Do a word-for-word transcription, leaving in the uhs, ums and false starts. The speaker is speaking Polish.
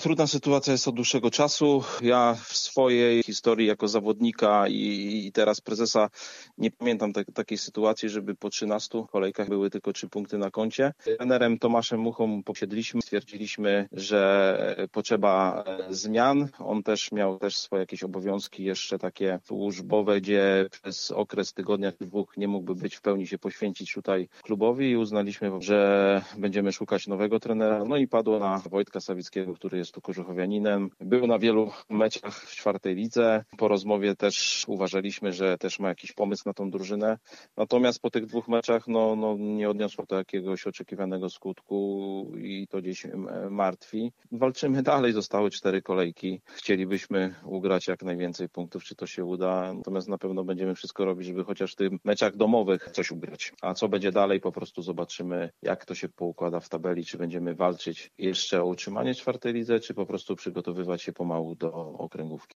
trudna sytuacja jest od dłuższego czasu. Ja w swojej historii jako zawodnika i, i teraz prezesa nie pamiętam te, takiej sytuacji, żeby po trzynastu kolejkach były tylko trzy punkty na koncie. Z trenerem Tomaszem Muchą posiedliśmy, stwierdziliśmy, że potrzeba zmian. On też miał też swoje jakieś obowiązki jeszcze takie służbowe, gdzie przez okres tygodnia czy dwóch nie mógłby być w pełni się poświęcić tutaj klubowi i uznaliśmy, że będziemy szukać nowego trenera. No i padło na Wojtka Sawickiego, który jest tu kożuchowianinem. Był na wielu meczach w czwartej lidze. Po rozmowie też uważaliśmy, że też ma jakiś pomysł na tą drużynę. Natomiast po tych dwóch meczach no, no, nie odniosło to jakiegoś oczekiwanego skutku i to gdzieś martwi. Walczymy dalej, zostały cztery kolejki. Chcielibyśmy ugrać jak najwięcej punktów, czy to się uda. Natomiast na pewno będziemy wszystko robić, żeby chociaż w tych meczach domowych coś ugrać. A co będzie dalej, po prostu zobaczymy, jak to się poukłada w tabeli, czy będziemy walczyć jeszcze o utrzymanie czwartej lidze, czy po prostu przygotowywać się pomału do okręgówki.